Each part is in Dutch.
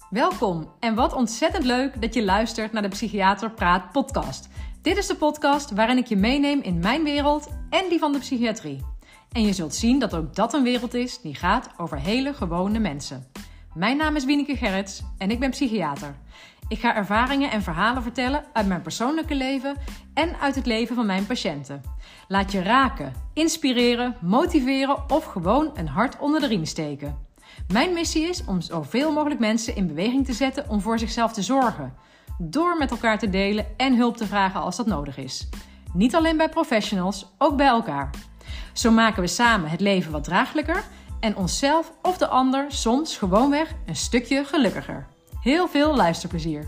Welkom en wat ontzettend leuk dat je luistert naar de Psychiater Praat podcast. Dit is de podcast waarin ik je meeneem in mijn wereld en die van de psychiatrie. En je zult zien dat ook dat een wereld is die gaat over hele gewone mensen. Mijn naam is Wieneke Gerrits en ik ben psychiater. Ik ga ervaringen en verhalen vertellen uit mijn persoonlijke leven en uit het leven van mijn patiënten. Laat je raken, inspireren, motiveren of gewoon een hart onder de riem steken. Mijn missie is om zoveel mogelijk mensen in beweging te zetten om voor zichzelf te zorgen. Door met elkaar te delen en hulp te vragen als dat nodig is. Niet alleen bij professionals, ook bij elkaar. Zo maken we samen het leven wat draaglijker en onszelf of de ander soms gewoonweg een stukje gelukkiger. Heel veel luisterplezier.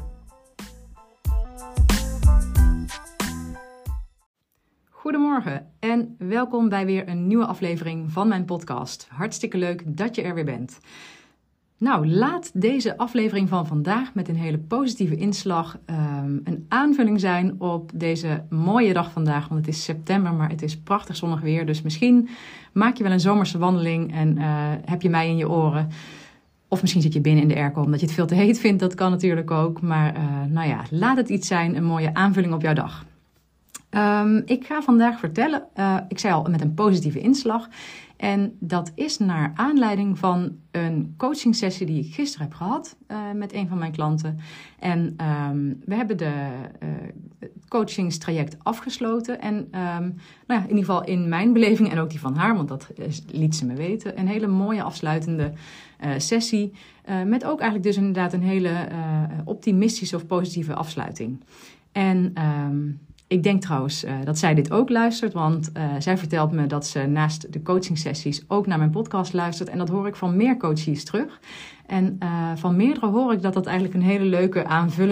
Goedemorgen en welkom bij weer een nieuwe aflevering van mijn podcast. Hartstikke leuk dat je er weer bent. Nou, laat deze aflevering van vandaag met een hele positieve inslag een aanvulling zijn op deze mooie dag vandaag. Want het is september, maar het is prachtig zonnig weer. Dus misschien maak je wel een zomerse wandeling en heb je mij in je oren. Of misschien zit je binnen in de airco omdat je het veel te heet vindt. Dat kan natuurlijk ook. Maar laat het iets zijn, een mooie aanvulling op jouw dag. Ik ga vandaag vertellen, ik zei al met een positieve inslag. En dat is naar aanleiding van een coachingsessie die ik gisteren heb gehad met een van mijn klanten. En we hebben het coachingstraject afgesloten. En in ieder geval in mijn beleving en ook die van haar, want dat liet ze me weten. Een hele mooie afsluitende sessie. Met ook eigenlijk dus inderdaad een hele optimistische of positieve afsluiting. En ik denk trouwens dat zij dit ook luistert, want zij vertelt me dat ze naast de coachingsessies ook naar mijn podcast luistert. En dat hoor ik van meer coaches terug. En van meerdere hoor ik dat dat eigenlijk een hele leuke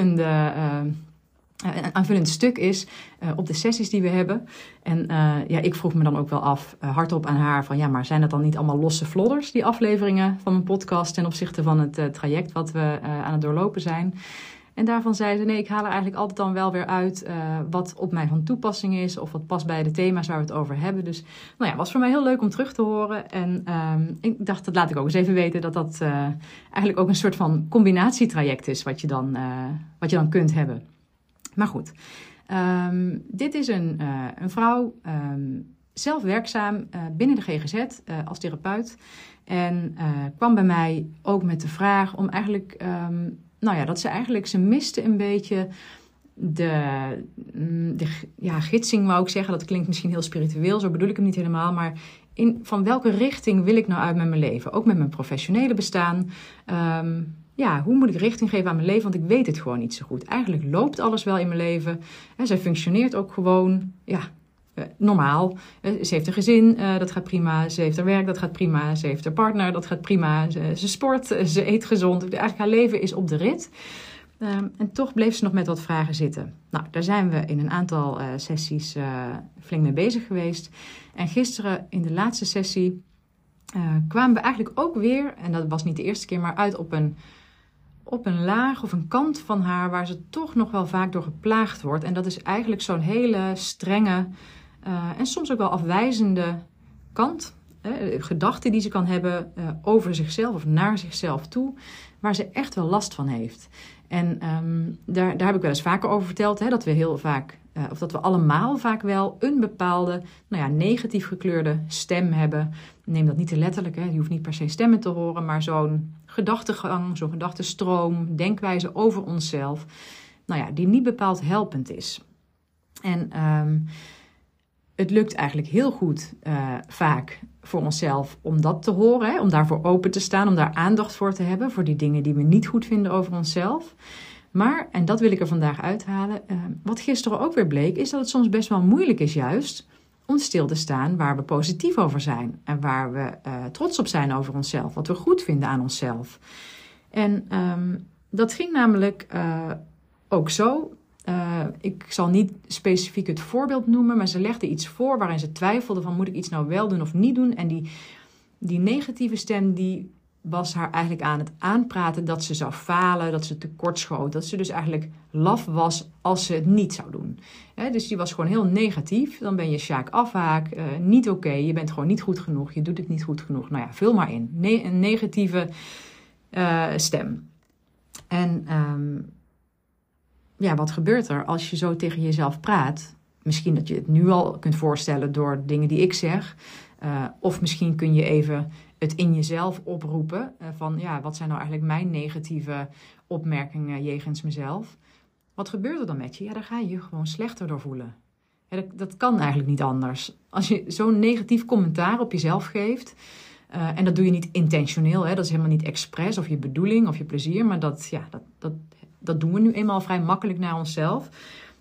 aanvullend stuk is op de sessies die we hebben. En ik vroeg me dan ook wel af, hardop aan haar, van maar zijn dat dan niet allemaal losse vlodders, die afleveringen van mijn podcast ten opzichte van het traject wat we aan het doorlopen zijn? En daarvan zei ze, nee, ik haal er eigenlijk altijd dan wel weer uit wat op mij van toepassing is of wat past bij de thema's waar we het over hebben. Dus was voor mij heel leuk om terug te horen. En ik dacht, dat laat ik ook eens even weten dat eigenlijk ook een soort van combinatietraject is wat je dan kunt hebben. Maar goed, dit is een vrouw, zelf werkzaam binnen de GGZ als therapeut. En kwam bij mij ook met de vraag om eigenlijk dat ze miste een beetje de gidsing, wou ik zeggen. Dat klinkt misschien heel spiritueel, zo bedoel ik hem niet helemaal. Maar van welke richting wil ik nou uit met mijn leven? Ook met mijn professionele bestaan. Hoe moet ik richting geven aan mijn leven? Want ik weet het gewoon niet zo goed. Eigenlijk loopt alles wel in mijn leven. Zij functioneert ook gewoon, normaal. Ze heeft een gezin, dat gaat prima. Ze heeft haar werk, dat gaat prima. Ze heeft haar partner, dat gaat prima. Ze sport, ze eet gezond. Eigenlijk haar leven is op de rit. En toch bleef ze nog met wat vragen zitten. Nou, daar zijn we in een aantal sessies flink mee bezig geweest. En gisteren in de laatste sessie kwamen we eigenlijk ook weer, en dat was niet de eerste keer, maar uit op een laag of een kant van haar waar ze toch nog wel vaak door geplaagd wordt. En dat is eigenlijk zo'n hele strenge en soms ook wel afwijzende kant. Gedachten die ze kan hebben over zichzelf of naar zichzelf toe, waar ze echt wel last van heeft. En daar heb ik wel eens vaker over verteld, dat we heel vaak, of dat we allemaal vaak wel een bepaalde negatief gekleurde stem hebben. Neem dat niet te letterlijk, je hoeft niet per se stemmen te horen, maar zo'n gedachtegang, zo'n gedachtenstroom, denkwijze over onszelf, die niet bepaald helpend is. En het lukt eigenlijk heel goed vaak voor onszelf om dat te horen, om daarvoor open te staan, om daar aandacht voor te hebben, voor die dingen die we niet goed vinden over onszelf. Maar, en dat wil ik er vandaag uithalen, wat gisteren ook weer bleek, is dat het soms best wel moeilijk is juist om stil te staan waar we positief over zijn. En waar we trots op zijn over onszelf, wat we goed vinden aan onszelf. En dat ging namelijk ook zo. Ik zal niet specifiek het voorbeeld noemen, maar ze legde iets voor waarin ze twijfelde van moet ik iets nou wel doen of niet doen. En die negatieve stem die was haar eigenlijk aan het aanpraten dat ze zou falen, dat ze tekortschoot. Dat ze dus eigenlijk laf was als ze het niet zou doen. Dus die was gewoon heel negatief. Dan ben je Sjaak afhaak, niet oké, je bent gewoon niet goed genoeg, je doet het niet goed genoeg. Vul maar in. Een negatieve stem. En wat gebeurt er als je zo tegen jezelf praat? Misschien dat je het nu al kunt voorstellen door dingen die ik zeg. Of misschien kun je even het in jezelf oproepen. Wat zijn nou eigenlijk mijn negatieve opmerkingen jegens mezelf? Wat gebeurt er dan met je? Ja, daar ga je je gewoon slechter door voelen. Ja, dat kan eigenlijk niet anders. Als je zo'n negatief commentaar op jezelf geeft. En dat doe je niet intentioneel. Dat is helemaal niet expres of je bedoeling of je plezier. Maar dat doen we nu eenmaal vrij makkelijk naar onszelf.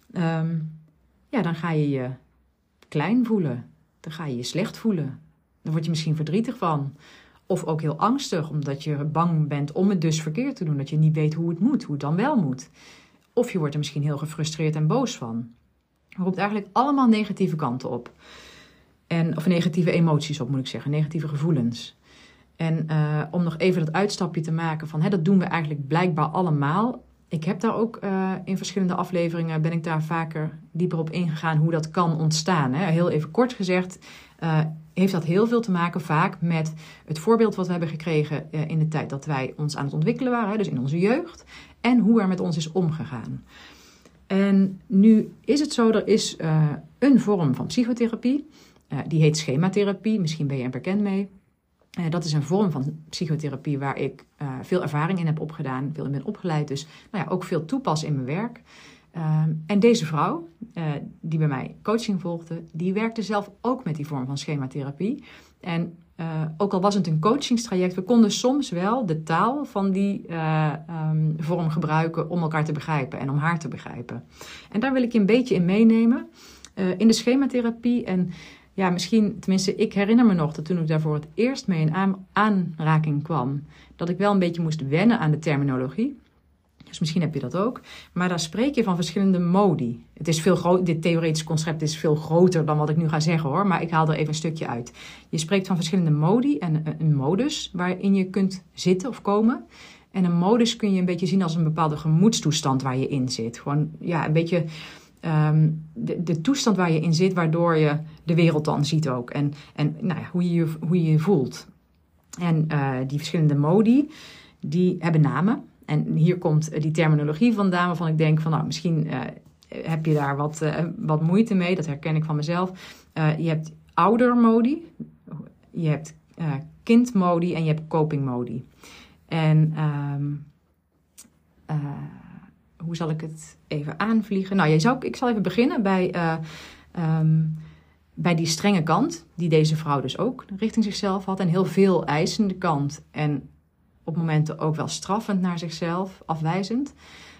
Dan ga je je klein voelen. Dan ga je je slecht voelen. Dan word je misschien verdrietig van. Of ook heel angstig, omdat je bang bent om het dus verkeerd te doen. Dat je niet weet hoe het dan wel moet. Of je wordt er misschien heel gefrustreerd en boos van. Het roept eigenlijk allemaal negatieve kanten op. Of negatieve emoties op, moet ik zeggen. Negatieve gevoelens. En om nog even dat uitstapje te maken van... dat doen we eigenlijk blijkbaar allemaal. Ik heb daar ook in verschillende afleveringen... ben ik daar vaker dieper op ingegaan hoe dat kan ontstaan. Heel even kort gezegd... heeft dat heel veel te maken vaak met het voorbeeld wat we hebben gekregen... in de tijd dat wij ons aan het ontwikkelen waren. Dus in onze jeugd. En hoe er met ons is omgegaan. En nu is het zo, er is een vorm van psychotherapie. Die heet schematherapie. Misschien ben je er bekend mee. Dat is een vorm van psychotherapie waar ik veel ervaring in heb opgedaan. Veel in ben opgeleid. Dus ook veel toepas in mijn werk. En deze vrouw, die bij mij coaching volgde, die werkte zelf ook met die vorm van schematherapie. En ook al was het een coachingstraject, we konden soms wel de taal van die vorm gebruiken om elkaar te begrijpen en om haar te begrijpen. En daar wil ik je een beetje in meenemen. In de schematherapie en misschien, tenminste ik herinner me nog dat toen ik daar voor het eerst mee in aanraking kwam, dat ik wel een beetje moest wennen aan de terminologie. Dus misschien heb je dat ook. Maar daar spreek je van verschillende modi. Het is dit theoretische concept is veel groter dan wat ik nu ga zeggen hoor. Maar ik haal er even een stukje uit. Je spreekt van verschillende modi en een modus waarin je kunt zitten of komen. En een modus kun je een beetje zien als een bepaalde gemoedstoestand waar je in zit. Gewoon een beetje de toestand waar je in zit waardoor je de wereld dan ziet ook. En hoe je je voelt. En die verschillende modi die hebben namen. En hier komt die terminologie vandaan waarvan ik denk van misschien heb je daar wat moeite mee. Dat herken ik van mezelf. Je hebt oudermodi, je hebt kindmodi en je hebt copingmodi. En hoe zal ik het even aanvliegen? Ik zal even beginnen bij die strenge kant die deze vrouw dus ook richting zichzelf had. En heel veel eisende kant en op momenten ook wel straffend naar zichzelf, afwijzend.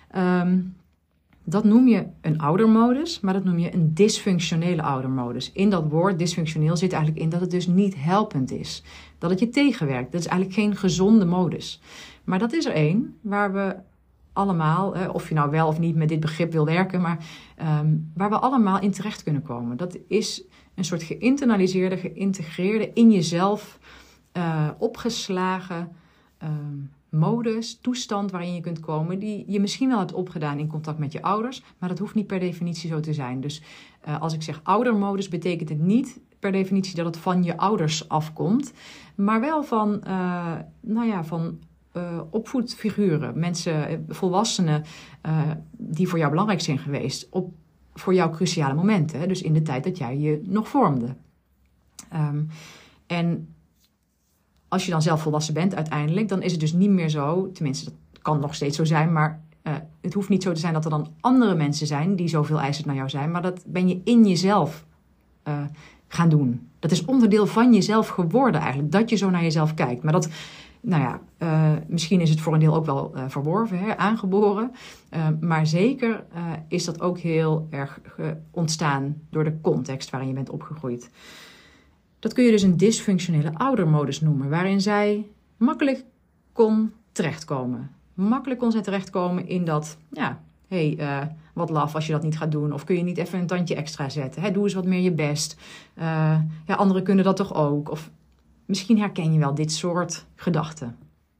Dat noem je een oudermodus, maar dat noem je een dysfunctionele oudermodus. In dat woord dysfunctioneel zit eigenlijk in dat het dus niet helpend is. Dat het je tegenwerkt. Dat is eigenlijk geen gezonde modus. Maar dat is er één waar we allemaal, of je nou wel of niet met dit begrip wil werken, maar waar we allemaal in terecht kunnen komen. Dat is een soort geïnternaliseerde, geïntegreerde, in jezelf opgeslagen modus, toestand waarin je kunt komen, die je misschien wel hebt opgedaan in contact met je ouders, maar dat hoeft niet per definitie zo te zijn. Dus als ik zeg oudermodus, betekent het niet per definitie dat het van je ouders afkomt, maar wel van, opvoedfiguren, mensen, volwassenen, die voor jou belangrijk zijn geweest, voor jouw cruciale momenten, hè? Dus in de tijd dat jij je nog vormde. En als je dan zelf volwassen bent uiteindelijk, dan is het dus niet meer zo, tenminste dat kan nog steeds zo zijn, maar het hoeft niet zo te zijn dat er dan andere mensen zijn die zoveel eisend naar jou zijn, maar dat ben je in jezelf gaan doen. Dat is onderdeel van jezelf geworden eigenlijk, dat je zo naar jezelf kijkt. Maar dat, misschien is het voor een deel ook wel verworven, aangeboren, maar zeker is dat ook heel erg ontstaan door de context waarin je bent opgegroeid. Dat kun je dus een dysfunctionele oudermodus noemen, waarin zij makkelijk kon terechtkomen. Makkelijk kon zij terechtkomen in dat, wat laf als je dat niet gaat doen. Of kun je niet even een tandje extra zetten. Doe eens wat meer je best. Anderen kunnen dat toch ook. Of misschien herken je wel dit soort gedachten.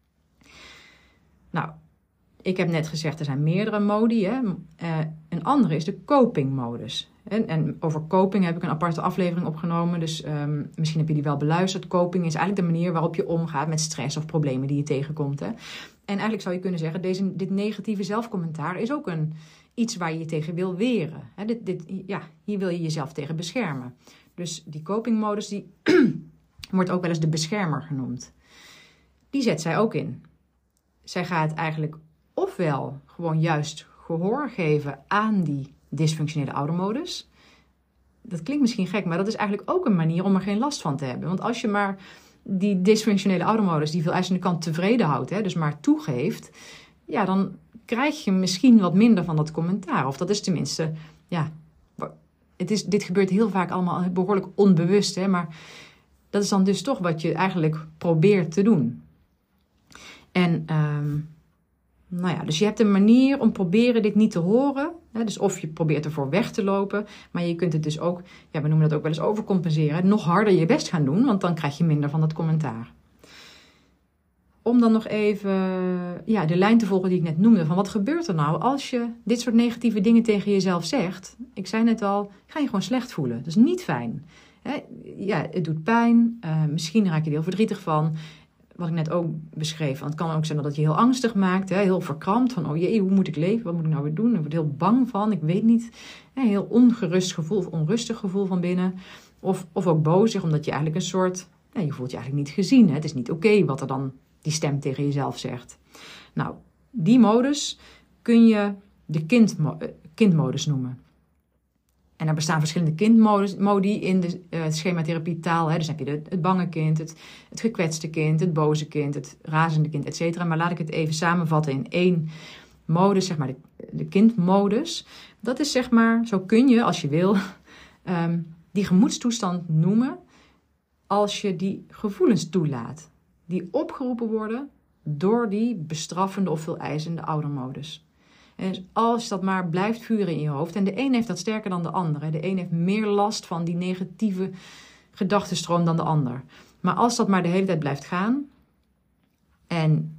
Nou, ik heb net gezegd, er zijn meerdere modi. Een andere is de copingmodus. En over coping heb ik een aparte aflevering opgenomen. Dus misschien heb je die wel beluisterd. Coping is eigenlijk de manier waarop je omgaat met stress of problemen die je tegenkomt. En eigenlijk zou je kunnen zeggen, dit negatieve zelfcommentaar is ook iets waar je je tegen wil weren. Hier wil je jezelf tegen beschermen. Dus die copingmodus, die wordt ook wel eens de beschermer genoemd. Die zet zij ook in. Zij gaat eigenlijk ofwel gewoon juist gehoor geven aan die dysfunctionele oudermodus. Dat klinkt misschien gek, maar dat is eigenlijk ook een manier om er geen last van te hebben. Want als je maar die dysfunctionele oudermodus, die veel eisende kant tevreden houdt, dus maar toegeeft, ja, dan krijg je misschien wat minder van dat commentaar. Of dat is tenminste, dit gebeurt heel vaak allemaal behoorlijk onbewust, maar dat is dan dus toch wat je eigenlijk probeert te doen. En dus je hebt een manier om proberen dit niet te horen. Dus of je probeert ervoor weg te lopen. Maar je kunt het dus ook, we noemen dat ook wel eens overcompenseren. Nog harder je best gaan doen, want dan krijg je minder van dat commentaar. Om dan nog even de lijn te volgen die ik net noemde. Van wat gebeurt er nou als je dit soort negatieve dingen tegen jezelf zegt? Ik zei net al, ga je gewoon slecht voelen. Dat is niet fijn. Het doet pijn. Misschien raak je er heel verdrietig van. Wat ik net ook beschreef. Want het kan ook zijn dat het je heel angstig maakt. Heel verkrampt. Van, oh jee, hoe moet ik leven? Wat moet ik nou weer doen? Ik word heel bang van. Ik weet niet. Heel ongerust gevoel of onrustig gevoel van binnen. Of ook bozig. Omdat je eigenlijk een soort... je voelt je eigenlijk niet gezien. Het is niet oké wat er dan die stem tegen jezelf zegt. Nou, die modus kun je de kindmodus noemen. En er bestaan verschillende kindmodi in de schematherapie taal. Dus dan heb je het bange kind, het gekwetste kind, het boze kind, het razende kind, et cetera. Maar laat ik het even samenvatten in één modus, zeg maar de kindmodus. Dat is zeg maar, zo kun je als je wil, die gemoedstoestand noemen als je die gevoelens toelaat. Die opgeroepen worden door die bestraffende of veel eisende oudermodus. En dus als dat maar blijft vuren in je hoofd. En de een heeft dat sterker dan de ander. De een heeft meer last van die negatieve gedachtenstroom dan de ander. Maar als dat maar de hele tijd blijft gaan. En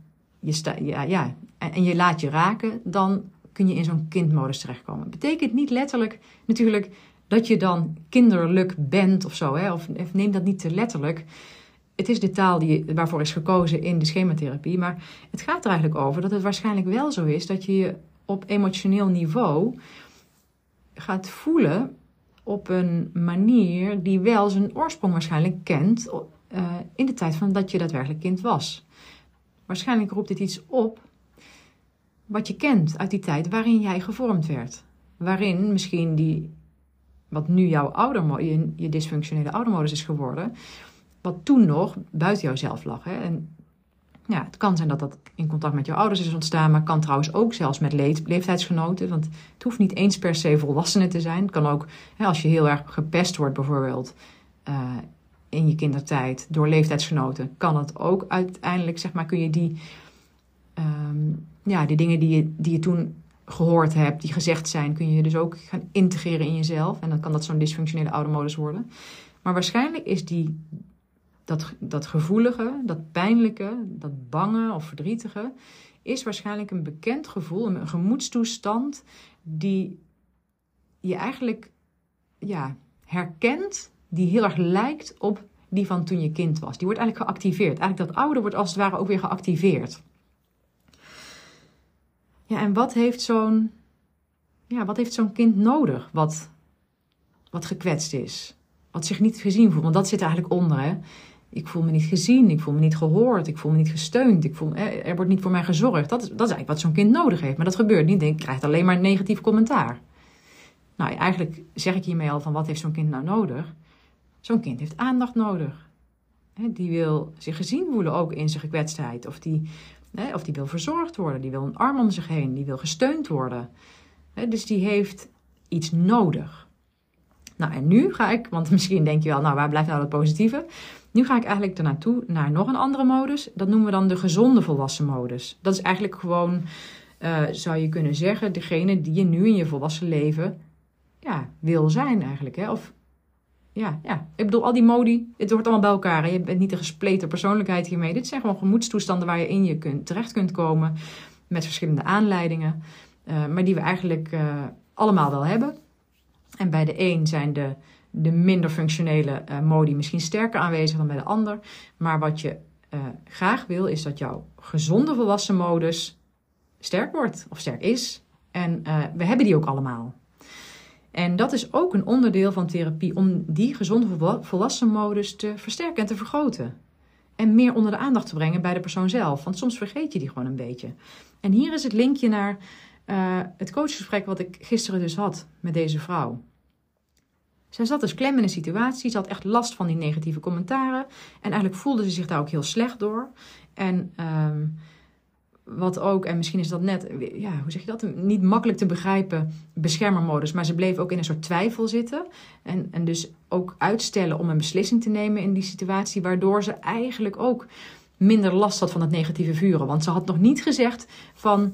je laat je raken. Dan kun je in zo'n kindmodus terechtkomen. Het betekent niet letterlijk natuurlijk dat je dan kinderlijk bent of zo. Of neem dat niet te letterlijk. Het is de taal waarvoor is gekozen in de schematherapie. Maar het gaat er eigenlijk over dat het waarschijnlijk wel zo is dat je je op emotioneel niveau gaat voelen op een manier die wel zijn oorsprong waarschijnlijk kent in de tijd van dat je daadwerkelijk kind was. Waarschijnlijk roept dit iets op wat je kent uit die tijd waarin jij gevormd werd. Waarin misschien wat nu jouw je dysfunctionele oudermodus is geworden, wat toen nog buiten jouzelf lag. En ja, het kan zijn dat dat in contact met jouw ouders is ontstaan, maar kan trouwens ook zelfs met leeftijdsgenoten. Want het hoeft niet eens per se volwassenen te zijn. Het kan ook, als je heel erg gepest wordt bijvoorbeeld in je kindertijd door leeftijdsgenoten, kan het ook uiteindelijk, zeg maar, kun je die dingen die je toen gehoord hebt, die gezegd zijn, kun je dus ook gaan integreren in jezelf. En dan kan dat zo'n dysfunctionele oudermodus worden. Maar waarschijnlijk is dat gevoelige, dat pijnlijke, dat bange of verdrietige, is waarschijnlijk een bekend gevoel, een gemoedstoestand die je eigenlijk herkent, die heel erg lijkt op die van toen je kind was. Die wordt eigenlijk geactiveerd. Eigenlijk dat oude wordt als het ware ook weer geactiveerd. Ja, en wat heeft zo'n kind nodig wat gekwetst is? Wat zich niet gezien voelt. Want dat zit er eigenlijk onder, hè. Ik voel me niet gezien, ik voel me niet gehoord, ik voel me niet gesteund, er wordt niet voor mij gezorgd. Dat is eigenlijk wat zo'n kind nodig heeft. Maar dat gebeurt niet. Je krijgt alleen maar een negatief commentaar. Nou, eigenlijk zeg ik hiermee al van wat heeft zo'n kind nou nodig? Zo'n kind heeft aandacht nodig. Die wil zich gezien voelen ook in zijn gekwetstheid. Of die wil verzorgd worden, die wil een arm om zich heen, die wil gesteund worden. Dus die heeft iets nodig. Nou, en nu ga ik, want misschien denk je wel, nou, waar blijft nou dat positieve? Nu ga ik eigenlijk ernaartoe naar nog een andere modus. Dat noemen we dan de gezonde volwassen modus. Dat is eigenlijk gewoon, zou je kunnen zeggen, degene die je nu in je volwassen leven wil zijn eigenlijk. Hè? Of ik bedoel, al die modi, het hoort allemaal bij elkaar. Hè? Je bent niet een gespleten persoonlijkheid hiermee. Dit zijn gewoon gemoedstoestanden waar je in je terecht kunt komen met verschillende aanleidingen. Maar die we eigenlijk allemaal wel hebben. En bij de een zijn de minder functionele modi misschien sterker aanwezig dan bij de ander. Maar wat je graag wil, is dat jouw gezonde volwassen modus sterk wordt of sterk is. En we hebben die ook allemaal. En dat is ook een onderdeel van therapie om die gezonde volwassen modus te versterken en te vergroten. En meer onder de aandacht te brengen bij de persoon zelf. Want soms vergeet je die gewoon een beetje. En hier is het linkje naar het coachgesprek wat ik gisteren dus had met deze vrouw. Zij zat dus klem in een situatie. Ze had echt last van die negatieve commentaren. En eigenlijk voelde ze zich daar ook heel slecht door. En wat ook, en misschien is dat net, hoe zeg je dat? Niet makkelijk te begrijpen, beschermermodus. Maar ze bleef ook in een soort twijfel zitten. En dus ook uitstellen om een beslissing te nemen in die situatie. Waardoor ze eigenlijk ook minder last had van het negatieve vuren. Want ze had nog niet gezegd van,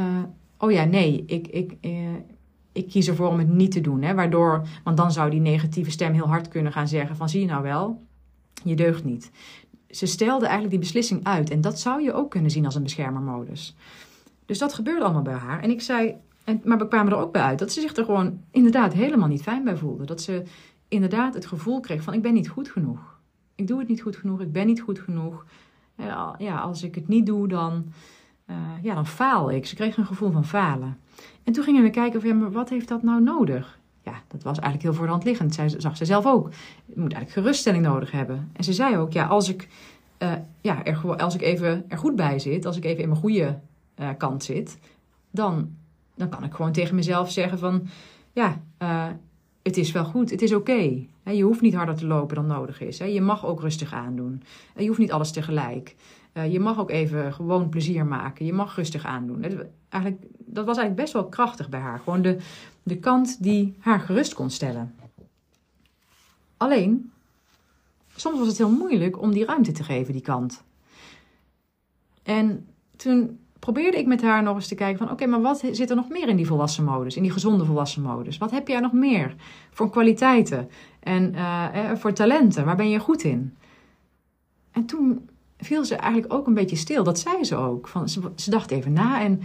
ik kies ervoor om het niet te doen. Hè, want dan zou die negatieve stem heel hard kunnen gaan zeggen van, zie je nou wel, je deugt niet. Ze stelde eigenlijk die beslissing uit. En dat zou je ook kunnen zien als een beschermermodus. Dus dat gebeurde allemaal bij haar. En ik zei, maar we kwamen er ook bij uit dat ze zich er gewoon inderdaad helemaal niet fijn bij voelde. Dat ze inderdaad het gevoel kreeg van, ik ben niet goed genoeg. Ik doe het niet goed genoeg, ik ben niet goed genoeg. Ja, als ik het niet doe, dan faal ik. Ze kreeg een gevoel van falen. En toen gingen we kijken van, maar wat heeft dat nou nodig? Ja, dat was eigenlijk heel voor de hand liggend. Zij zag ze zelf ook. Je moet eigenlijk geruststelling nodig hebben. En ze zei ook, als ik even er goed bij zit, als ik even in mijn goede kant zit, dan kan ik gewoon tegen mezelf zeggen van, het is wel goed, het is oké. Je hoeft niet harder te lopen dan nodig is. Je mag ook rustig aandoen. Je hoeft niet alles tegelijk. Je mag ook even gewoon plezier maken. Je mag rustig aandoen. Dat was eigenlijk best wel krachtig bij haar. Gewoon de kant die haar gerust kon stellen. Alleen, soms was het heel moeilijk om die ruimte te geven, die kant. En toen probeerde ik met haar nog eens te kijken van, oké, maar wat zit er nog meer in die volwassen modus, in die gezonde volwassen modus? Wat heb jij nog meer voor kwaliteiten en voor talenten? Waar ben je goed in? En toen viel ze eigenlijk ook een beetje stil. Dat zei ze ook. Ze dacht even na en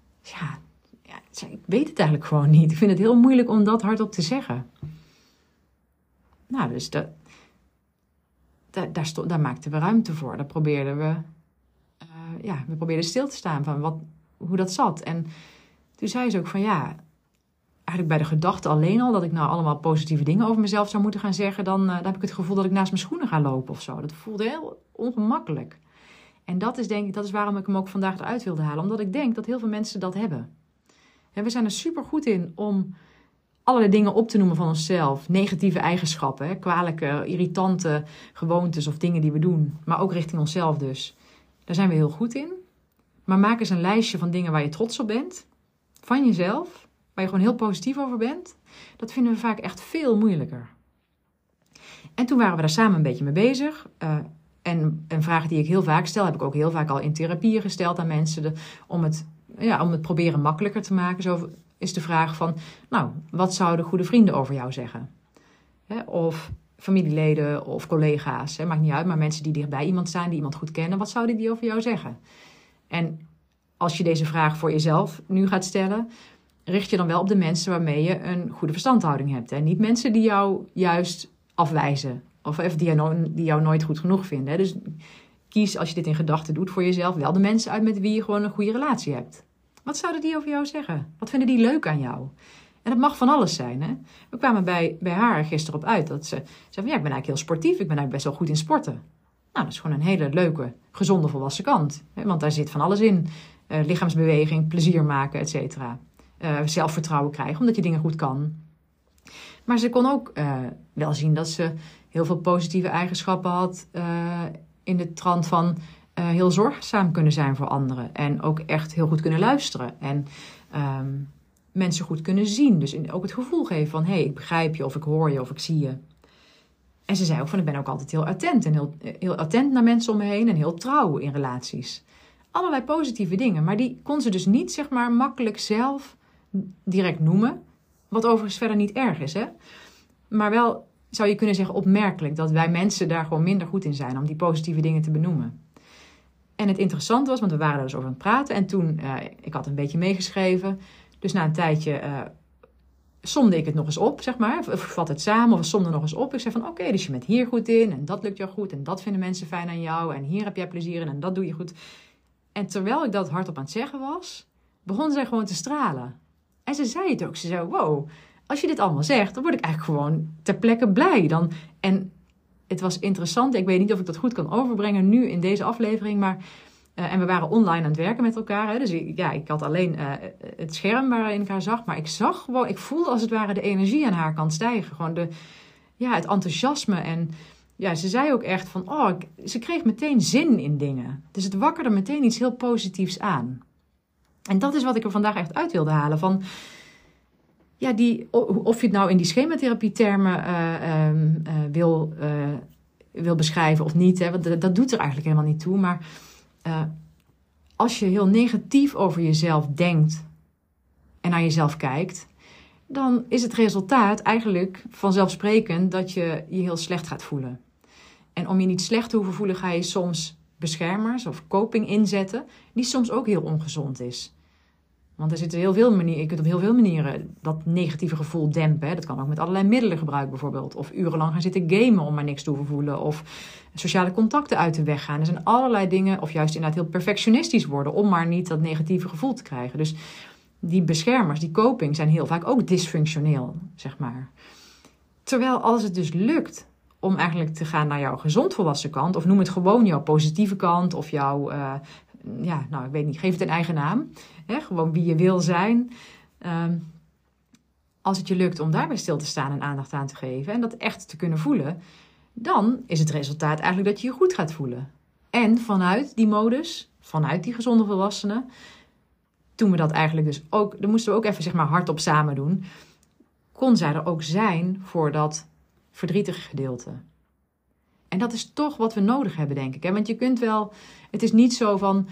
ik weet het eigenlijk gewoon niet. Ik vind het heel moeilijk om dat hardop te zeggen. Nou, dus daar maakten we ruimte voor. Daar probeerden we probeerden stil te staan van hoe dat zat. En toen zei ze ook van eigenlijk bij de gedachte alleen al dat ik nou allemaal positieve dingen over mezelf zou moeten gaan zeggen, dan heb ik het gevoel dat ik naast mijn schoenen ga lopen of zo. Dat voelde heel ongemakkelijk. En dat is waarom ik hem ook vandaag eruit wilde halen. Omdat ik denk dat heel veel mensen dat hebben. En we zijn er super goed in om allerlei dingen op te noemen van onszelf. Negatieve eigenschappen, kwalijke, irritante gewoontes of dingen die we doen. Maar ook richting onszelf dus. Daar zijn we heel goed in. Maar maak eens een lijstje van dingen waar je trots op bent. Van jezelf. Waar je gewoon heel positief over bent. Dat vinden we vaak echt veel moeilijker. En toen waren we daar samen een beetje mee bezig. En een vraag die ik heel vaak stel, heb ik ook heel vaak al in therapieën gesteld aan mensen. Om het proberen makkelijker te maken. Zo is de vraag van, wat zouden goede vrienden over jou zeggen? Of familieleden of collega's, maakt niet uit. Maar mensen die dichtbij iemand staan, die iemand goed kennen. Wat zouden die over jou zeggen? En als je deze vraag voor jezelf nu gaat stellen, richt je dan wel op de mensen waarmee je een goede verstandhouding hebt. Hè? Niet mensen die jou juist afwijzen. Of die jou nooit goed genoeg vinden. Hè? Dus kies, als je dit in gedachten doet voor jezelf, wel de mensen uit met wie je gewoon een goede relatie hebt. Wat zouden die over jou zeggen? Wat vinden die leuk aan jou? En dat mag van alles zijn. Hè? We kwamen bij haar gisteren op uit dat ze zei van, ik ben eigenlijk heel sportief. Ik ben eigenlijk best wel goed in sporten. Nou, dat is gewoon een hele leuke, gezonde, volwassen kant. Hè? Want daar zit van alles in. Lichaamsbeweging, plezier maken, et cetera. Zelfvertrouwen krijgen, omdat je dingen goed kan. Maar ze kon ook wel zien dat ze heel veel positieve eigenschappen had in de trant van heel zorgzaam kunnen zijn voor anderen. En ook echt heel goed kunnen luisteren. En mensen goed kunnen zien. Dus ook het gevoel geven van, ik begrijp je, of ik hoor je, of ik zie je. En ze zei ook van, ik ben ook altijd heel attent. En heel attent naar mensen om me heen en heel trouw in relaties. Allerlei positieve dingen. Maar die kon ze dus niet, makkelijk zelf direct noemen. Wat overigens verder niet erg is, hè. Maar wel, zou je kunnen zeggen, opmerkelijk dat wij mensen daar gewoon minder goed in zijn om die positieve dingen te benoemen. En het interessante was, want we waren er dus over aan het praten en toen, ik had een beetje meegeschreven. Dus na een tijdje somde ik het nog eens op, zeg maar. Of vat het samen of somde nog eens op. Ik zei van oké, dus je bent hier goed in en dat lukt jou goed en dat vinden mensen fijn aan jou en hier heb jij plezier in en dat doe je goed. En terwijl ik dat hardop aan het zeggen was, begon zij gewoon te stralen. En ze zei het ook. Ze zei, wow, als je dit allemaal zegt, dan word ik eigenlijk gewoon ter plekke blij. En het was interessant. Ik weet niet of ik dat goed kan overbrengen nu in deze aflevering. Maar, en we waren online aan het werken met elkaar. Hè, dus ik had alleen het scherm waarin ik haar zag. Maar ik voelde als het ware de energie aan haar kant stijgen. Gewoon het enthousiasme. En ja, ze zei ook echt van, ze kreeg meteen zin in dingen. Dus het wakkerde meteen iets heel positiefs aan. En dat is wat ik er vandaag echt uit wilde halen. Van, ja, of je het nou in die schematherapie-termen wil beschrijven of niet. Hè, want dat doet er eigenlijk helemaal niet toe. Maar als je heel negatief over jezelf denkt en naar jezelf kijkt, dan is het resultaat eigenlijk vanzelfsprekend dat je je heel slecht gaat voelen. En om je niet slecht te hoeven voelen, ga je soms beschermers of coping inzetten, die soms ook heel ongezond is. Want er zitten heel veel manieren, je kunt op heel veel manieren dat negatieve gevoel dempen. Hè. Dat kan ook met allerlei middelen gebruiken bijvoorbeeld. Of urenlang gaan zitten gamen om maar niks te hoeven voelen. Of sociale contacten uit de weg gaan. Er zijn allerlei dingen, of juist inderdaad heel perfectionistisch worden om maar niet dat negatieve gevoel te krijgen. Dus die beschermers, die coping, zijn heel vaak ook dysfunctioneel, zeg maar. Terwijl als het dus lukt om eigenlijk te gaan naar jouw gezond volwassen kant, of noem het gewoon jouw positieve kant, of jouw, ik weet niet, geef het een eigen naam. Hè, gewoon wie je wil zijn. Als het je lukt om daarbij stil te staan en aandacht aan te geven en dat echt te kunnen voelen, dan is het resultaat eigenlijk dat je je goed gaat voelen. En vanuit die modus, vanuit die gezonde volwassenen, toen we dat eigenlijk dus ook, dan moesten we ook even zeg maar hardop samen doen, kon zij er ook zijn voor dat verdrietige gedeelte. En dat is toch wat we nodig hebben, denk ik. Hè? Want je kunt wel, het is niet zo van,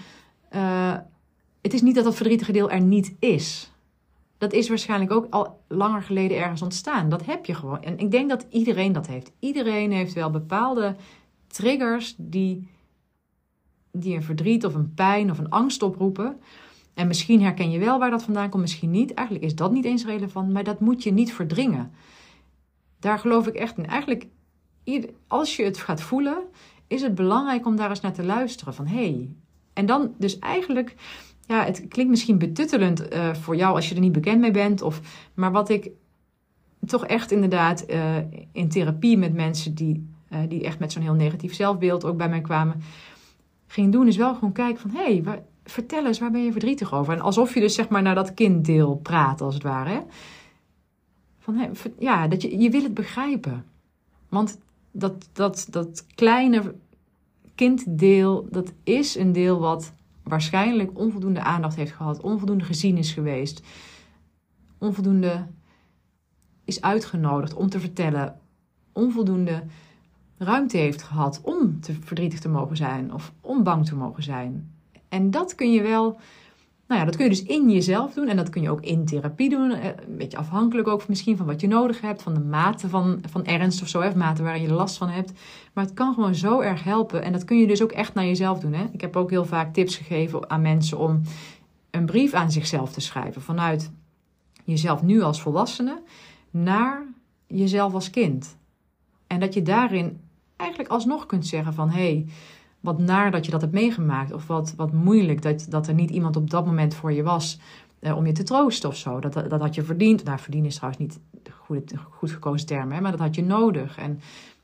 het is niet dat verdrietige deel er niet is. Dat is waarschijnlijk ook al langer geleden ergens ontstaan. Dat heb je gewoon. En ik denk dat iedereen dat heeft. Iedereen heeft wel bepaalde triggers die een verdriet of een pijn of een angst oproepen. En misschien herken je wel waar dat vandaan komt, misschien niet. Eigenlijk is dat niet eens relevant, maar dat moet je niet verdringen. Daar geloof ik echt in. Eigenlijk, als je het gaat voelen, is het belangrijk om daar eens naar te luisteren. Van hey. En dan dus eigenlijk, ja, het klinkt misschien betuttelend voor jou als je er niet bekend mee bent. Maar wat ik toch echt inderdaad in therapie met mensen die echt met zo'n heel negatief zelfbeeld ook bij mij kwamen, ging doen, is wel gewoon kijken van hey, vertel eens, waar ben je verdrietig over? En alsof je dus zeg maar naar dat kinddeel praat, als het ware. Hè? Van, dat je wil het begrijpen. Want dat kleine kinddeel, dat is een deel wat waarschijnlijk onvoldoende aandacht heeft gehad, onvoldoende gezien is geweest, onvoldoende is uitgenodigd om te vertellen, onvoldoende ruimte heeft gehad om verdrietig te mogen zijn of om bang te mogen zijn. En dat kun je wel, dat kun je dus in jezelf doen en dat kun je ook in therapie doen. Een beetje afhankelijk ook misschien van wat je nodig hebt, van de mate van ernst of zo, of mate waarin je er last van hebt. Maar het kan gewoon zo erg helpen en dat kun je dus ook echt naar jezelf doen. Hè? Ik heb ook heel vaak tips gegeven aan mensen om een brief aan zichzelf te schrijven. Vanuit jezelf nu als volwassene naar jezelf als kind. En dat je daarin eigenlijk alsnog kunt zeggen van hey, wat naar dat je dat hebt meegemaakt. Of wat moeilijk dat er niet iemand op dat moment voor je was om je te troosten of zo. Dat had je verdiend. Nou, verdienen is trouwens niet goed gekozen term, hè, maar dat had je nodig. En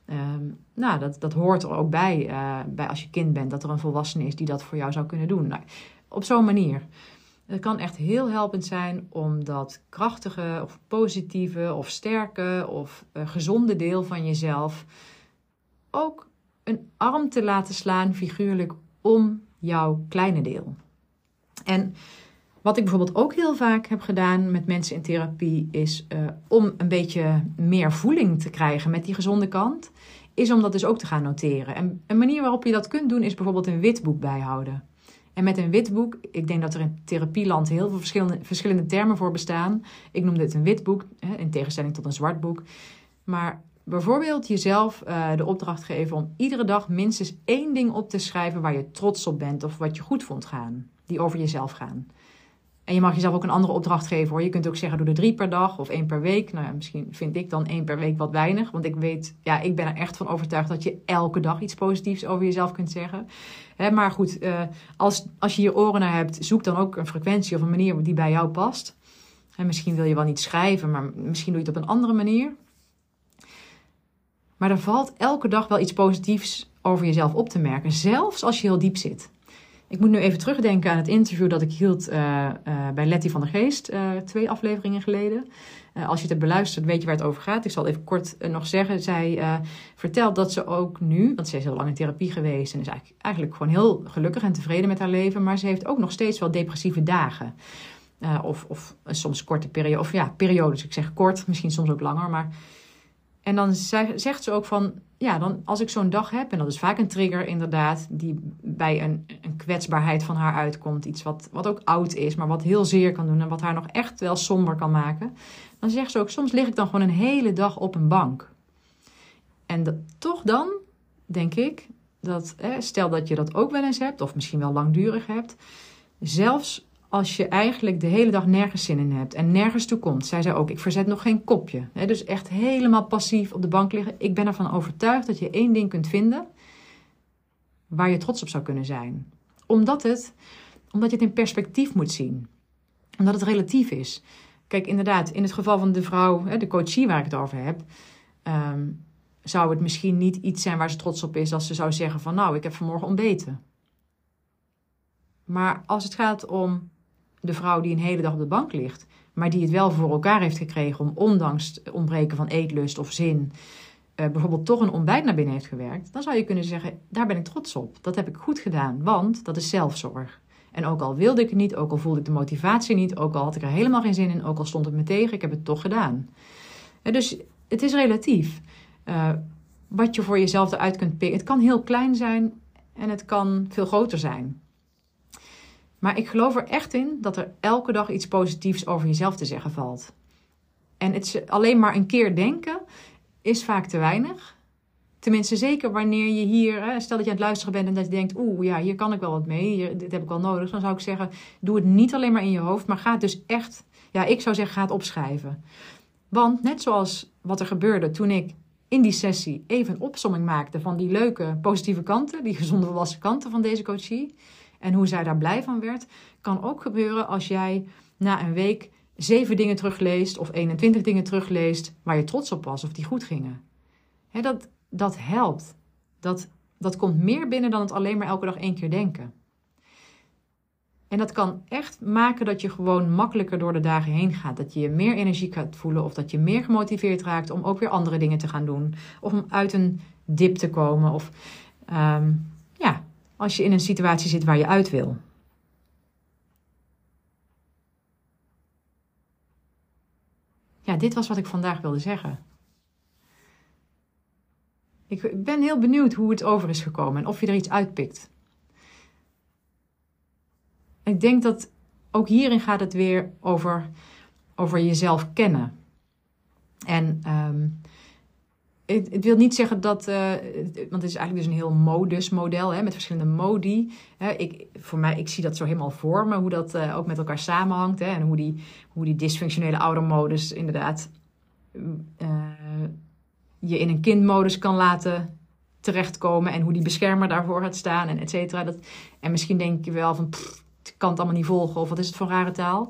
dat hoort er ook bij als je kind bent. Dat er een volwassene is die dat voor jou zou kunnen doen. Nou, op zo'n manier. Het kan echt heel helpend zijn om dat krachtige of positieve of sterke of gezonde deel van jezelf ook een arm te laten slaan, figuurlijk, om jouw kleine deel. En wat ik bijvoorbeeld ook heel vaak heb gedaan met mensen in therapie, is om een beetje meer voeling te krijgen met die gezonde kant, is om dat dus ook te gaan noteren. En een manier waarop je dat kunt doen, is bijvoorbeeld een witboek bijhouden. En met een witboek, ik denk dat er in therapieland heel veel verschillende termen voor bestaan. Ik noem dit een witboek, in tegenstelling tot een zwart boek. Maar bijvoorbeeld jezelf de opdracht geven om iedere dag minstens 1 ding op te schrijven waar je trots op bent of wat je goed vond gaan. Die over jezelf gaan. En je mag jezelf ook een andere opdracht geven hoor. Je kunt ook zeggen, doe er 3 per dag of 1 per week. Nou ja, misschien vind ik dan 1 per week wat weinig. Want ik weet, ik ben er echt van overtuigd dat je elke dag iets positiefs over jezelf kunt zeggen. Maar goed, als je hier oren naar hebt, zoek dan ook een frequentie of een manier die bij jou past. En misschien wil je wel niet schrijven, maar misschien doe je het op een andere manier. Maar er valt elke dag wel iets positiefs over jezelf op te merken. Zelfs als je heel diep zit. Ik moet nu even terugdenken aan het interview dat ik hield bij Letty van der Geest 2 afleveringen geleden. Als je het hebt beluisterd, weet je waar het over gaat. Ik zal even kort nog zeggen. Zij vertelt dat ze ook nu, want ze is heel lang in therapie geweest en is eigenlijk gewoon heel gelukkig en tevreden met haar leven. Maar ze heeft ook nog steeds wel depressieve dagen. Of soms korte periodes. Of periodes. Ik zeg kort, misschien soms ook langer. Maar... En dan zegt ze ook van, dan als ik zo'n dag heb, en dat is vaak een trigger inderdaad, die bij een kwetsbaarheid van haar uitkomt. Iets wat ook oud is, maar wat heel zeer kan doen en wat haar nog echt wel somber kan maken. Dan zegt ze ook, soms lig ik dan gewoon een hele dag op een bank. En toch dan, denk ik, dat stel dat je dat ook wel eens hebt, of misschien wel langdurig hebt, zelfs als je eigenlijk de hele dag nergens zin in hebt en nergens toe komt. Zij zei ook, ik verzet nog geen kopje. Dus echt helemaal passief op de bank liggen. Ik ben ervan overtuigd dat je 1 ding kunt vinden waar je trots op zou kunnen zijn. Omdat je het in perspectief moet zien. Omdat het relatief is. Kijk, inderdaad, in het geval van de vrouw, de coachie waar ik het over heb, zou het misschien niet iets zijn waar ze trots op is als ze zou zeggen van, nou, ik heb vanmorgen ontbeten. Maar als het gaat om de vrouw die een hele dag op de bank ligt, maar die het wel voor elkaar heeft gekregen om ondanks het ontbreken van eetlust of zin, bijvoorbeeld toch een ontbijt naar binnen heeft gewerkt, dan zou je kunnen zeggen, daar ben ik trots op. Dat heb ik goed gedaan, want dat is zelfzorg. En ook al wilde ik het niet, ook al voelde ik de motivatie niet, ook al had ik er helemaal geen zin in, ook al stond het me tegen, ik heb het toch gedaan. Dus het is relatief. Wat je voor jezelf eruit kunt pikken. Het kan heel klein zijn en het kan veel groter zijn. Maar ik geloof er echt in dat er elke dag iets positiefs over jezelf te zeggen valt. En alleen maar een keer denken is vaak te weinig. Tenminste, zeker wanneer je hier, stel dat je aan het luisteren bent en dat je denkt, hier kan ik wel wat mee, dit heb ik wel nodig. Dan zou ik zeggen, doe het niet alleen maar in je hoofd, maar ga het dus echt, ik zou zeggen, ga het opschrijven. Want net zoals wat er gebeurde toen ik in die sessie even een opsomming maakte van die leuke positieve kanten, die gezonde volwassen kanten van deze coachie, en hoe zij daar blij van werd, kan ook gebeuren als jij na een week 7 dingen terugleest of 21 dingen terugleest waar je trots op was of die goed gingen. Dat helpt. Dat komt meer binnen dan het alleen maar elke dag 1 keer denken. En dat kan echt maken dat je gewoon makkelijker door de dagen heen gaat. Dat je je meer energiek gaat voelen of dat je meer gemotiveerd raakt om ook weer andere dingen te gaan doen. Of om uit een dip te komen of als je in een situatie zit waar je uit wil. Ja, dit was wat ik vandaag wilde zeggen. Ik ben heel benieuwd hoe het over is gekomen en of je er iets uitpikt. Ik denk dat ook hierin gaat het weer over jezelf kennen. En het wil niet zeggen dat, want het is eigenlijk dus een heel modusmodel met verschillende modi. Ik zie dat zo helemaal voor me, hoe dat ook met elkaar samenhangt. En hoe die dysfunctionele oudermodus inderdaad je in een kindmodus kan laten terechtkomen. En hoe die beschermer daarvoor gaat staan en et cetera. En misschien denk je wel van, ik kan het allemaal niet volgen of wat is het voor rare taal.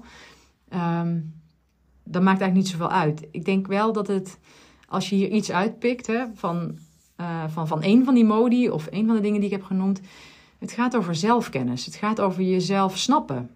Dat maakt eigenlijk niet zoveel uit. Ik denk wel dat het, als je hier iets uitpikt van een van die modi of een van de dingen die ik heb genoemd. Het gaat over zelfkennis. Het gaat over jezelf snappen.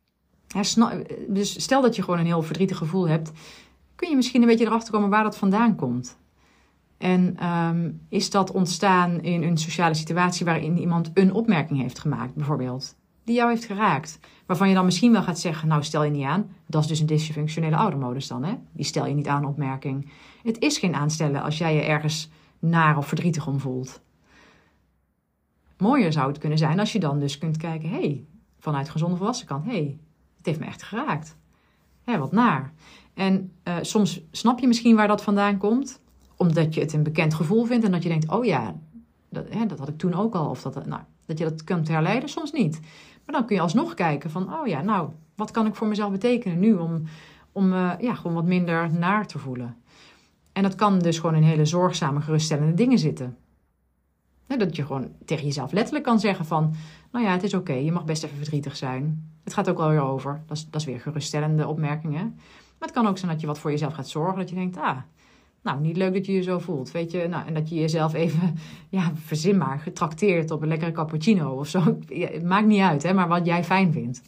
Dus stel dat je gewoon een heel verdrietig gevoel hebt. Kun je misschien een beetje erachter komen waar dat vandaan komt. En is dat ontstaan in een sociale situatie waarin iemand een opmerking heeft gemaakt bijvoorbeeld. Die jou heeft geraakt. Waarvan je dan misschien wel gaat zeggen, nou stel je niet aan. Dat is dus een dysfunctionele oudermodus dan. Die stel je niet aan, opmerking. Het is geen aanstellen als jij je ergens naar of verdrietig om voelt. Mooier zou het kunnen zijn als je dan dus kunt kijken, vanuit gezonde volwassen kant, het heeft me echt geraakt. Wat naar. En soms snap je misschien waar dat vandaan komt. Omdat je het een bekend gevoel vindt en dat je denkt, dat had ik toen ook al. Of dat je dat kunt herleiden, soms niet. Maar dan kun je alsnog kijken van, wat kan ik voor mezelf betekenen nu om gewoon wat minder naar te voelen. En dat kan dus gewoon in hele zorgzame, geruststellende dingen zitten. Dat je gewoon tegen jezelf letterlijk kan zeggen van, nou ja, het is oké, je mag best even verdrietig zijn. Het gaat ook wel weer over. Dat is weer geruststellende opmerkingen. Maar het kan ook zijn dat je wat voor jezelf gaat zorgen. Dat je denkt, niet leuk dat je je zo voelt. Weet je, en dat je jezelf even, verzin maar, getrakteerd op een lekkere cappuccino of zo. Ja, het maakt niet uit, hè, maar wat jij fijn vindt.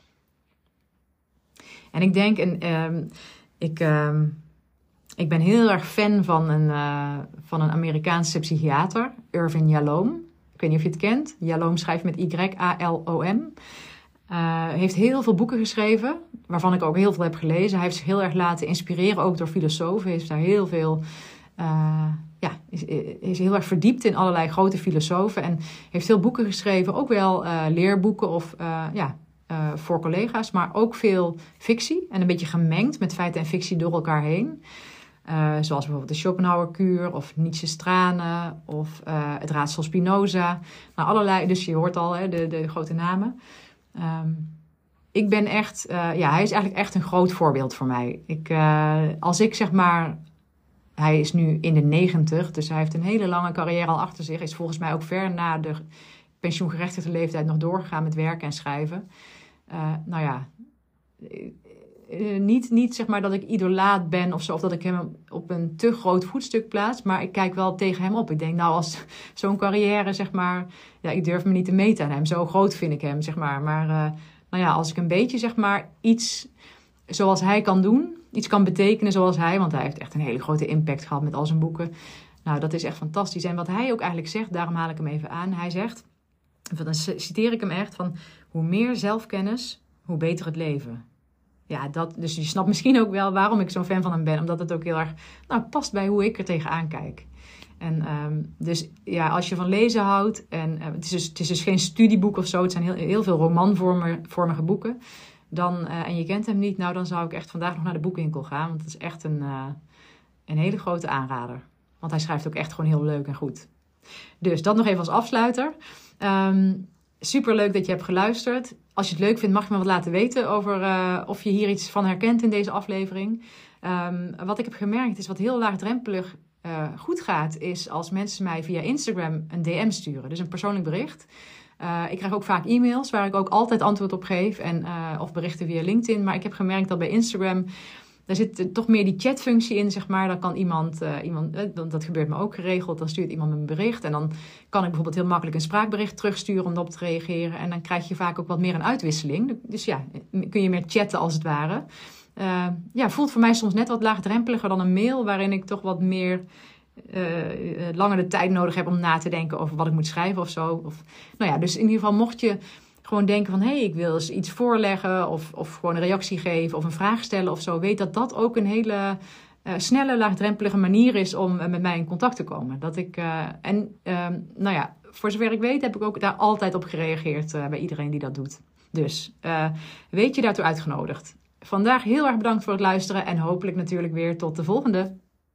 En ik denk, ik ben heel erg fan van een Amerikaanse psychiater, Irvin Yalom. Ik weet niet of je het kent. Yalom schrijft met Y-A-L-O-M. Heeft heel veel boeken geschreven, waarvan ik ook heel veel heb gelezen. Hij heeft zich heel erg laten inspireren, ook door filosofen. Hij heeft daar heel veel, is heel erg verdiept in allerlei grote filosofen. En heeft veel boeken geschreven, ook wel leerboeken of voor collega's. Maar ook veel fictie en een beetje gemengd met feiten en fictie door elkaar heen. Zoals bijvoorbeeld de Schopenhauer-kuur of Nietzsche's tranen of het raadsel Spinoza. Nou, allerlei, dus je hoort al de grote namen. Ik ben echt, hij is eigenlijk echt een groot voorbeeld voor mij. Als ik zeg maar, hij is nu in de 90, dus hij heeft een hele lange carrière al achter zich. Is volgens mij ook ver na de pensioengerechtigde leeftijd nog doorgegaan met werken en schrijven. Niet zeg maar dat ik idolaat ben of zo, of dat ik hem op een te groot voetstuk plaats, maar ik kijk wel tegen hem op. Ik denk, als zo'n carrière, zeg maar, ik durf me niet te meten aan hem. Zo groot vind ik hem, zeg maar. Maar als ik een beetje, zeg maar, iets zoals hij kan doen, iets kan betekenen zoals hij, want hij heeft echt een hele grote impact gehad met al zijn boeken. Nou, dat is echt fantastisch. En wat hij ook eigenlijk zegt, daarom haal ik hem even aan. Hij zegt, dan citeer ik hem echt, van hoe meer zelfkennis, hoe beter het leven. Ja, dus je snapt misschien ook wel waarom ik zo'n fan van hem ben. Omdat het ook heel erg past bij hoe ik er tegenaan kijk. En dus als je van lezen houdt. En het is dus geen studieboek of zo. Het zijn heel veel romanvormige boeken. En je kent hem niet. Nou, dan zou ik echt vandaag nog naar de boekwinkel gaan. Want het is echt een hele grote aanrader. Want hij schrijft ook echt gewoon heel leuk en goed. Dus dat nog even als afsluiter. Super leuk dat je hebt geluisterd. Als je het leuk vindt, mag je me wat laten weten over of je hier iets van herkent in deze aflevering. Wat ik heb gemerkt is wat heel laagdrempelig goed gaat, is als mensen mij via Instagram een DM sturen. Dus een persoonlijk bericht. Ik krijg ook vaak e-mails waar ik ook altijd antwoord op geef. Of berichten via LinkedIn. Maar ik heb gemerkt dat bij Instagram, daar zit toch meer die chatfunctie in, zeg maar. Dan kan iemand, dat gebeurt me ook geregeld, dan stuurt iemand me een bericht. En dan kan ik bijvoorbeeld heel makkelijk een spraakbericht terugsturen om erop te reageren. En dan krijg je vaak ook wat meer een uitwisseling. Dus kun je meer chatten als het ware. Voelt voor mij soms net wat laagdrempeliger dan een mail, waarin ik toch wat meer langer de tijd nodig heb om na te denken over wat ik moet schrijven of zo. Dus in ieder geval mocht je gewoon denken van, ik wil eens iets voorleggen of gewoon een reactie geven of een vraag stellen of zo. Weet dat ook een hele snelle, laagdrempelige manier is om met mij in contact te komen. Voor zover ik weet heb ik ook daar altijd op gereageerd bij iedereen die dat doet. Dus weet je daartoe uitgenodigd. Vandaag heel erg bedankt voor het luisteren en hopelijk natuurlijk weer tot de volgende.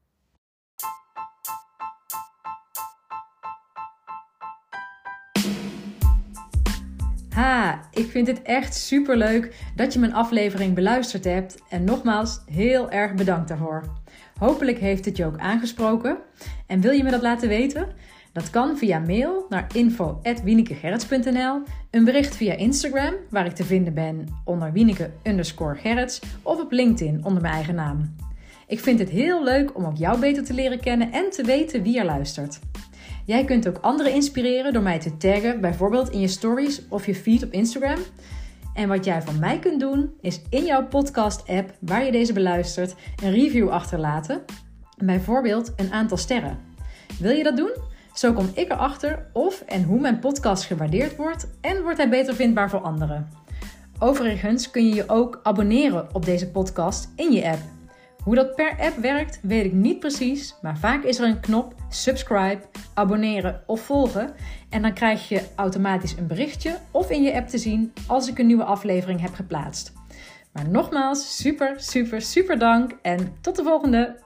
Ik vind het echt superleuk dat je mijn aflevering beluisterd hebt. En nogmaals, heel erg bedankt daarvoor. Hopelijk heeft het je ook aangesproken. En wil je me dat laten weten? Dat kan via mail naar info@wienekegerrits.nl, een bericht via Instagram, waar ik te vinden ben onder Wieneke_Gerrits, of op LinkedIn onder mijn eigen naam. Ik vind het heel leuk om ook jou beter te leren kennen en te weten wie er luistert. Jij kunt ook anderen inspireren door mij te taggen, bijvoorbeeld in je stories of je feed op Instagram. En wat jij van mij kunt doen, is in jouw podcast-app waar je deze beluistert, een review achterlaten. Bijvoorbeeld een aantal sterren. Wil je dat doen? Zo kom ik erachter of en hoe mijn podcast gewaardeerd wordt en wordt hij beter vindbaar voor anderen. Overigens kun je je ook abonneren op deze podcast in je app. Hoe dat per app werkt, weet ik niet precies, maar vaak is er een knop subscribe, abonneren of volgen en dan krijg je automatisch een berichtje of in je app te zien als ik een nieuwe aflevering heb geplaatst. Maar nogmaals, super dank en tot de volgende!